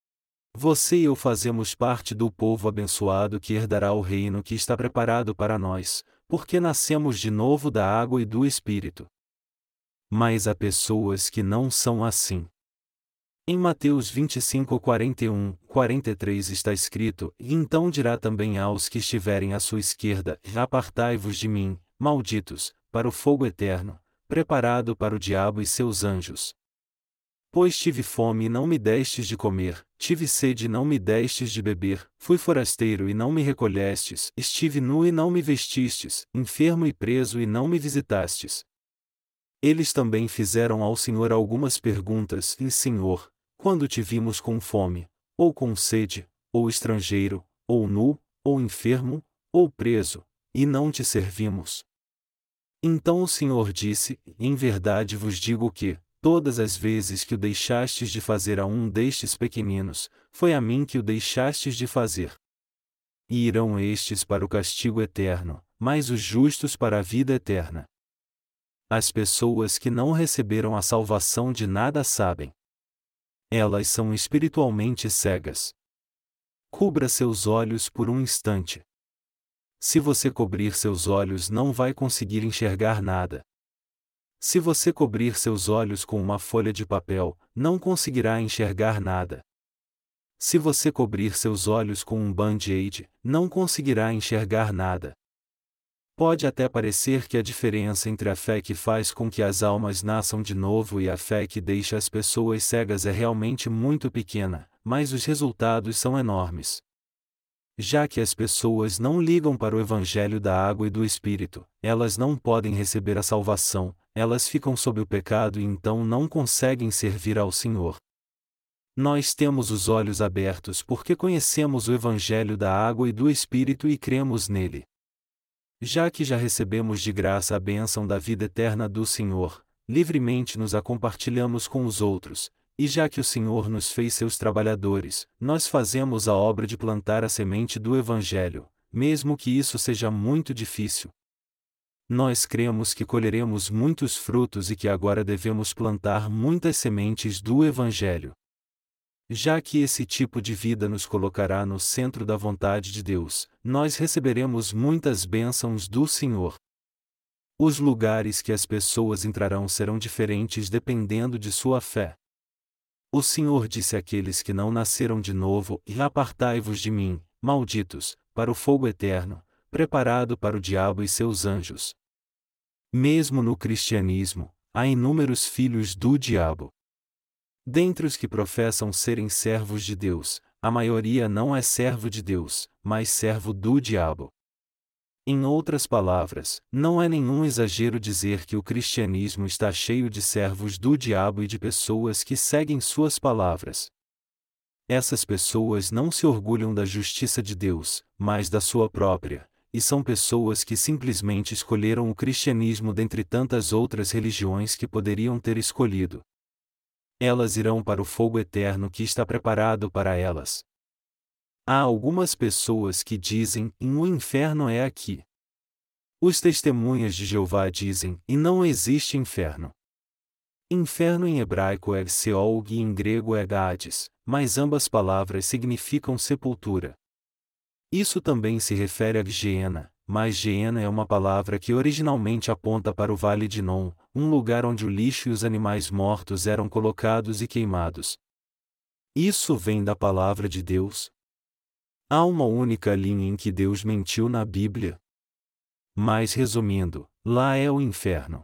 Você e eu fazemos parte do povo abençoado que herdará o reino que está preparado para nós, porque nascemos de novo da água e do Espírito. Mas há pessoas que não são assim. Em Mateus 25:41, 43 está escrito: E então dirá também aos que estiverem à sua esquerda: Apartai-vos de mim, malditos, para o fogo eterno, preparado para o diabo e seus anjos. Pois tive fome e não me destes de comer, tive sede e não me destes de beber, fui forasteiro e não me recolhestes, estive nu e não me vestistes, enfermo e preso e não me visitastes. Eles também fizeram ao Senhor algumas perguntas: E Senhor, quando te vimos com fome, ou com sede, ou estrangeiro, ou nu, ou enfermo, ou preso, e não te servimos? Então o Senhor disse: Em verdade vos digo que, todas as vezes que o deixastes de fazer a um destes pequeninos, foi a mim que o deixastes de fazer. E irão estes para o castigo eterno, mas os justos para a vida eterna. As pessoas que não receberam a salvação de nada sabem. Elas são espiritualmente cegas. Cubra seus olhos por um instante. Se você cobrir seus olhos, não vai conseguir enxergar nada. Se você cobrir seus olhos com uma folha de papel, não conseguirá enxergar nada. Se você cobrir seus olhos com um band-aid, não conseguirá enxergar nada. Pode até parecer que a diferença entre a fé que faz com que as almas nasçam de novo e a fé que deixa as pessoas cegas é realmente muito pequena, mas os resultados são enormes. Já que as pessoas não ligam para o Evangelho da água e do Espírito, elas não podem receber a salvação, elas ficam sob o pecado e então não conseguem servir ao Senhor. Nós temos os olhos abertos porque conhecemos o Evangelho da água e do Espírito e cremos nele. Já que já recebemos de graça a bênção da vida eterna do Senhor, livremente nos a compartilhamos com os outros, e já que o Senhor nos fez seus trabalhadores, nós fazemos a obra de plantar a semente do Evangelho, mesmo que isso seja muito difícil. Nós cremos que colheremos muitos frutos e que agora devemos plantar muitas sementes do Evangelho. Já que esse tipo de vida nos colocará no centro da vontade de Deus, nós receberemos muitas bênçãos do Senhor. Os lugares que as pessoas entrarão serão diferentes dependendo de sua fé. O Senhor disse àqueles que não nasceram de novo: E apartai-vos de mim, malditos, para o fogo eterno, preparado para o diabo e seus anjos. Mesmo no cristianismo, há inúmeros filhos do diabo. Dentre os que professam serem servos de Deus, a maioria não é servo de Deus, mas servo do diabo. Em outras palavras, não é nenhum exagero dizer que o cristianismo está cheio de servos do diabo e de pessoas que seguem suas palavras. Essas pessoas não se orgulham da justiça de Deus, mas da sua própria, e são pessoas que simplesmente escolheram o cristianismo dentre tantas outras religiões que poderiam ter escolhido. Elas irão para o fogo eterno que está preparado para elas. Há algumas pessoas que dizem: o inferno é aqui. Os testemunhas de Jeová dizem: e não existe inferno. Inferno em hebraico é Sheol e em grego é Hades, mas ambas palavras significam sepultura. Isso também se refere a Geena, mas Geena é uma palavra que originalmente aponta para o Vale de Non, um lugar onde o lixo e os animais mortos eram colocados e queimados. Isso vem da palavra de Deus? Há uma única linha em que Deus mentiu na Bíblia. Mas resumindo, lá é o inferno.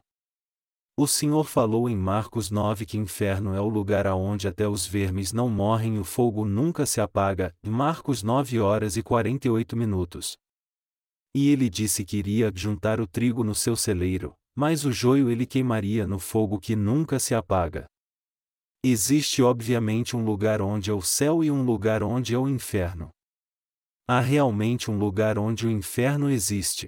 O Senhor falou em Marcos 9 que inferno é o lugar aonde até os vermes não morrem e o fogo nunca se apaga, Marcos 9 horas e 48 minutos. E ele disse que iria juntar o trigo no seu celeiro, mas o joio ele queimaria no fogo que nunca se apaga. Existe obviamente um lugar onde é o céu e um lugar onde é o inferno. Há realmente um lugar onde o inferno existe.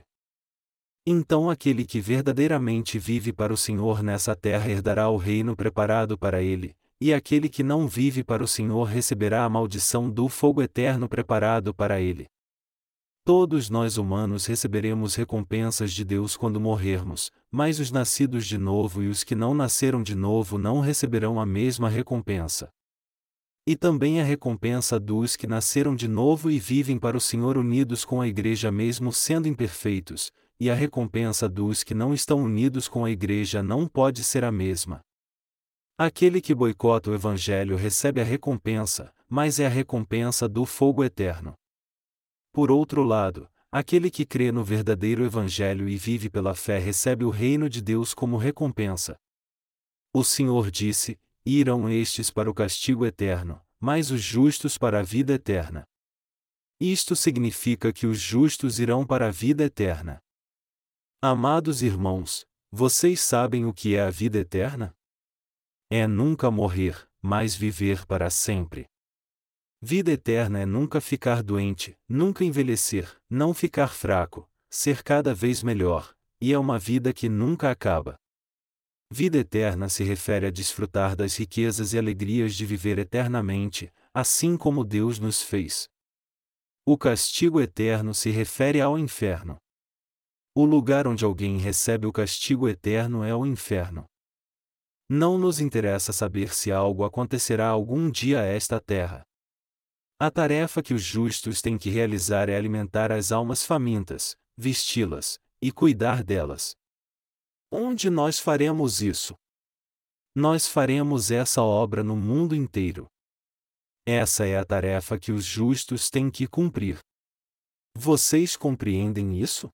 Então aquele que verdadeiramente vive para o Senhor nessa terra herdará o reino preparado para ele, e aquele que não vive para o Senhor receberá a maldição do fogo eterno preparado para ele. Todos nós humanos receberemos recompensas de Deus quando morrermos, mas os nascidos de novo e os que não nasceram de novo não receberão a mesma recompensa. E também a recompensa dos que nasceram de novo e vivem para o Senhor unidos com a igreja mesmo sendo imperfeitos, e a recompensa dos que não estão unidos com a igreja não pode ser a mesma. Aquele que boicota o Evangelho recebe a recompensa, mas é a recompensa do fogo eterno. Por outro lado, aquele que crê no verdadeiro Evangelho e vive pela fé recebe o reino de Deus como recompensa. O Senhor disse: e irão estes para o castigo eterno, mas os justos para a vida eterna. Isto significa que os justos irão para a vida eterna. Amados irmãos, vocês sabem o que é a vida eterna? É nunca morrer, mas viver para sempre. Vida eterna é nunca ficar doente, nunca envelhecer, não ficar fraco, ser cada vez melhor, e é uma vida que nunca acaba. Vida eterna se refere a desfrutar das riquezas e alegrias de viver eternamente, assim como Deus nos fez. O castigo eterno se refere ao inferno. O lugar onde alguém recebe o castigo eterno é o inferno. Não nos interessa saber se algo acontecerá algum dia a esta terra. A tarefa que os justos têm que realizar é alimentar as almas famintas, vesti-las, e cuidar delas. Onde nós faremos isso? Nós faremos essa obra no mundo inteiro. Essa é a tarefa que os justos têm que cumprir. Vocês compreendem isso?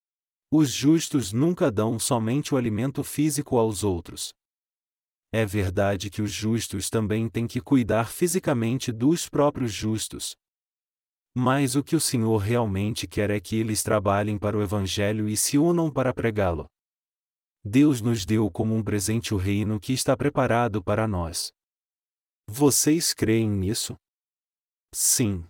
Os justos nunca dão somente o alimento físico aos outros. É verdade que os justos também têm que cuidar fisicamente dos próprios justos. Mas o que o Senhor realmente quer é que eles trabalhem para o Evangelho e se unam para pregá-lo. Deus nos deu como um presente o reino que está preparado para nós. Vocês creem nisso? Sim.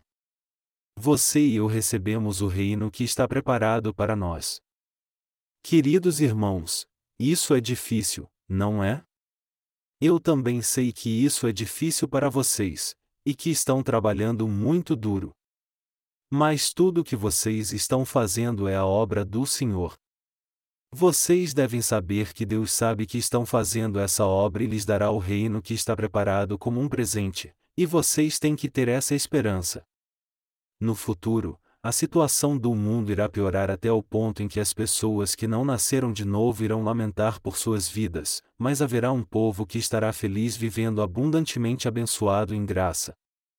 Você e eu recebemos o reino que está preparado para nós. Queridos irmãos, isso é difícil, não é? Eu também sei que isso é difícil para vocês, e que estão trabalhando muito duro. Mas tudo o que vocês estão fazendo é a obra do Senhor. Vocês devem saber que Deus sabe que estão fazendo essa obra e lhes dará o reino que está preparado como um presente, e vocês têm que ter essa esperança. No futuro, a situação do mundo irá piorar até o ponto em que as pessoas que não nasceram de novo irão lamentar por suas vidas, mas haverá um povo que estará feliz vivendo abundantemente abençoado em graça.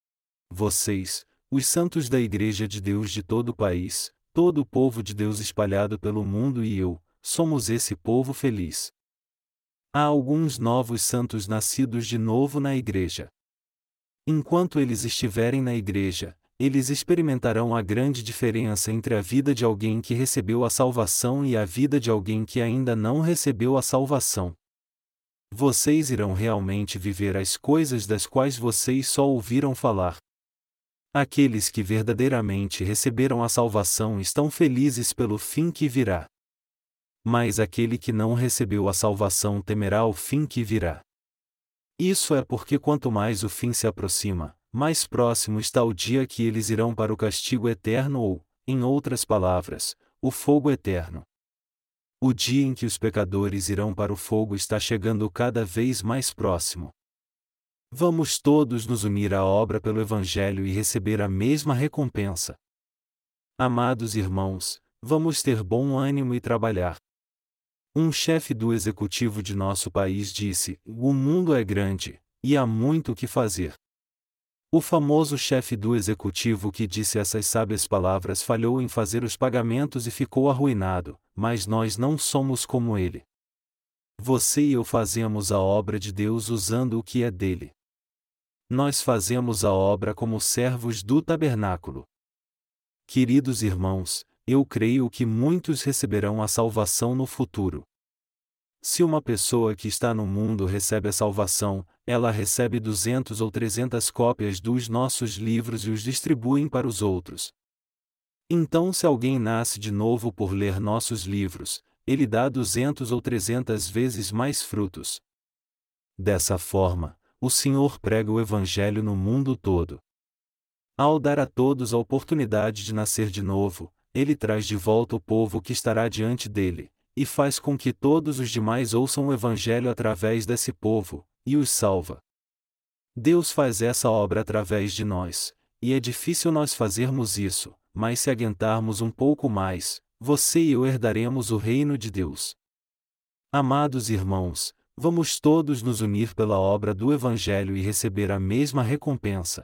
Vocês, os santos da Igreja de Deus de todo o país, todo o povo de Deus espalhado pelo mundo e eu, somos esse povo feliz. Há alguns novos santos nascidos de novo na Igreja. Enquanto eles estiverem na Igreja, eles experimentarão a grande diferença entre a vida de alguém que recebeu a salvação e a vida de alguém que ainda não recebeu a salvação. Vocês irão realmente viver as coisas das quais vocês só ouviram falar. Aqueles que verdadeiramente receberam a salvação estão felizes pelo fim que virá. Mas aquele que não recebeu a salvação temerá o fim que virá. Isso é porque quanto mais o fim se aproxima, mais próximo está o dia que eles irão para o castigo eterno ou, em outras palavras, o fogo eterno. O dia em que os pecadores irão para o fogo está chegando cada vez mais próximo. Vamos todos nos unir à obra pelo Evangelho e receber a mesma recompensa. Amados irmãos, vamos ter bom ânimo e trabalhar. Um chefe do executivo de nosso país disse: "O mundo é grande, e há muito o que fazer." O famoso chefe do executivo que disse essas sábias palavras falhou em fazer os pagamentos e ficou arruinado, mas nós não somos como ele. Você e eu fazemos a obra de Deus usando o que é dele. Nós fazemos a obra como servos do tabernáculo. Queridos irmãos, eu creio que muitos receberão a salvação no futuro. Se uma pessoa que está no mundo recebe a salvação, ela recebe 200 ou 300 cópias dos nossos livros e os distribuem para os outros. Então, se alguém nasce de novo por ler nossos livros, ele dá 200 ou 300 vezes mais frutos. Dessa forma, o Senhor prega o Evangelho no mundo todo. Ao dar a todos a oportunidade de nascer de novo, ele traz de volta o povo que estará diante dele, e faz com que todos os demais ouçam o Evangelho através desse povo, e os salva. Deus faz essa obra através de nós, e é difícil nós fazermos isso, mas se aguentarmos um pouco mais, você e eu herdaremos o reino de Deus. Amados irmãos, vamos todos nos unir pela obra do Evangelho e receber a mesma recompensa.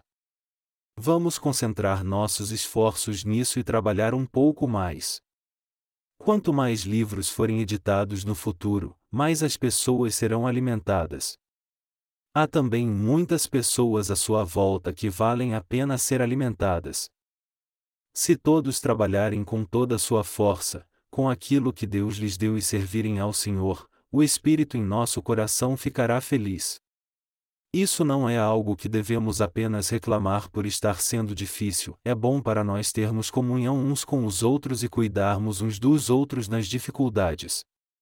Vamos concentrar nossos esforços nisso e trabalhar um pouco mais. Quanto mais livros forem editados no futuro, mais as pessoas serão alimentadas. Há também muitas pessoas à sua volta que valem a pena ser alimentadas. Se todos trabalharem com toda a sua força, com aquilo que Deus lhes deu e servirem ao Senhor, o Espírito em nosso coração ficará feliz. Isso não é algo que devemos apenas reclamar por estar sendo difícil, é bom para nós termos comunhão uns com os outros e cuidarmos uns dos outros nas dificuldades.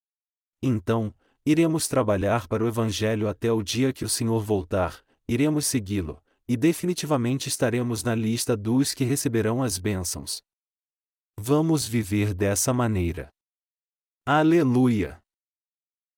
Então, iremos trabalhar para o Evangelho até o dia que o Senhor voltar, iremos segui-lo, e definitivamente estaremos na lista dos que receberão as bênçãos. Vamos viver dessa maneira. Aleluia!